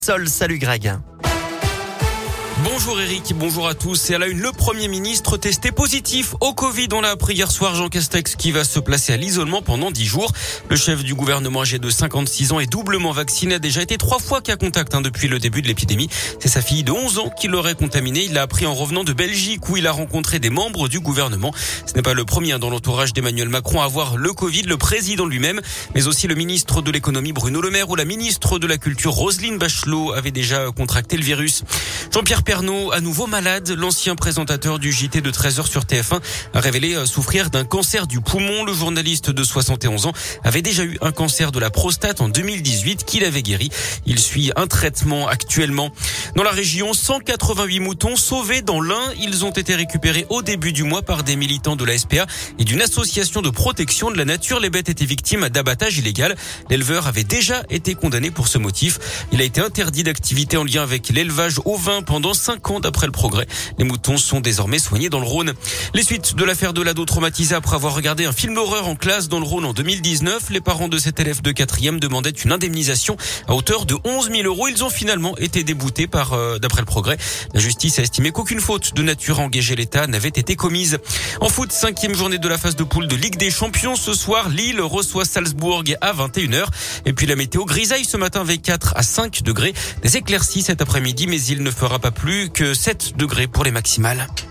Salut Greg. Bonjour Eric, bonjour à tous. Et à la une, le Premier ministre testé positif au Covid. On l'a appris hier soir, Jean Castex qui va se placer à l'isolement pendant 10 jours. Le chef du gouvernement âgé de 56 ans et doublement vacciné a déjà été 3 fois cas contact depuis le début de l'épidémie. C'est sa fille de 11 ans qui l'aurait contaminé. Il l'a appris en revenant de Belgique où il a rencontré des membres du gouvernement. Ce n'est pas le premier dans l'entourage d'Emmanuel Macron à avoir le Covid, le président lui-même, mais aussi le ministre de l'économie Bruno Le Maire ou la ministre de la culture Roselyne Bachelot avait déjà contracté le virus. Jean-Pierre Pernaut, à nouveau malade, l'ancien présentateur du JT de 13h sur TF1 a révélé souffrir d'un cancer du poumon. Le journaliste de 71 ans avait déjà eu un cancer de la prostate en 2018 qu'il avait guéri. Il suit un traitement actuellement. Dans la région, 188 moutons sauvés dans l'Ain. Ils ont été récupérés au début du mois par des militants de la SPA et d'une association de protection de la nature. Les bêtes étaient victimes d'abattage illégal. L'éleveur avait déjà été condamné pour ce motif. Il a été interdit d'activité en lien avec l'élevage ovin pendant 5 ans d'après le Progrès. Les moutons sont désormais soignés dans le Rhône. Les suites de l'affaire de l'ado traumatisé après avoir regardé un film d'horreur en classe dans le Rhône en 2019. Les parents de cet élève de 4e demandaient une indemnisation à hauteur de 11 000 €. Ils ont finalement été déboutés d'après le Progrès. La justice a estimé qu'aucune faute de nature à engager l'État n'avait été commise. En foot, 5e journée de la phase de poule de Ligue des Champions. Ce soir, Lille reçoit Salzbourg à 21h. Et puis la météo grisaille ce matin avec 4 à 5 degrés. Des éclaircies cet après-midi, mais il ne fera pas plus que 7 degrés pour les maximales.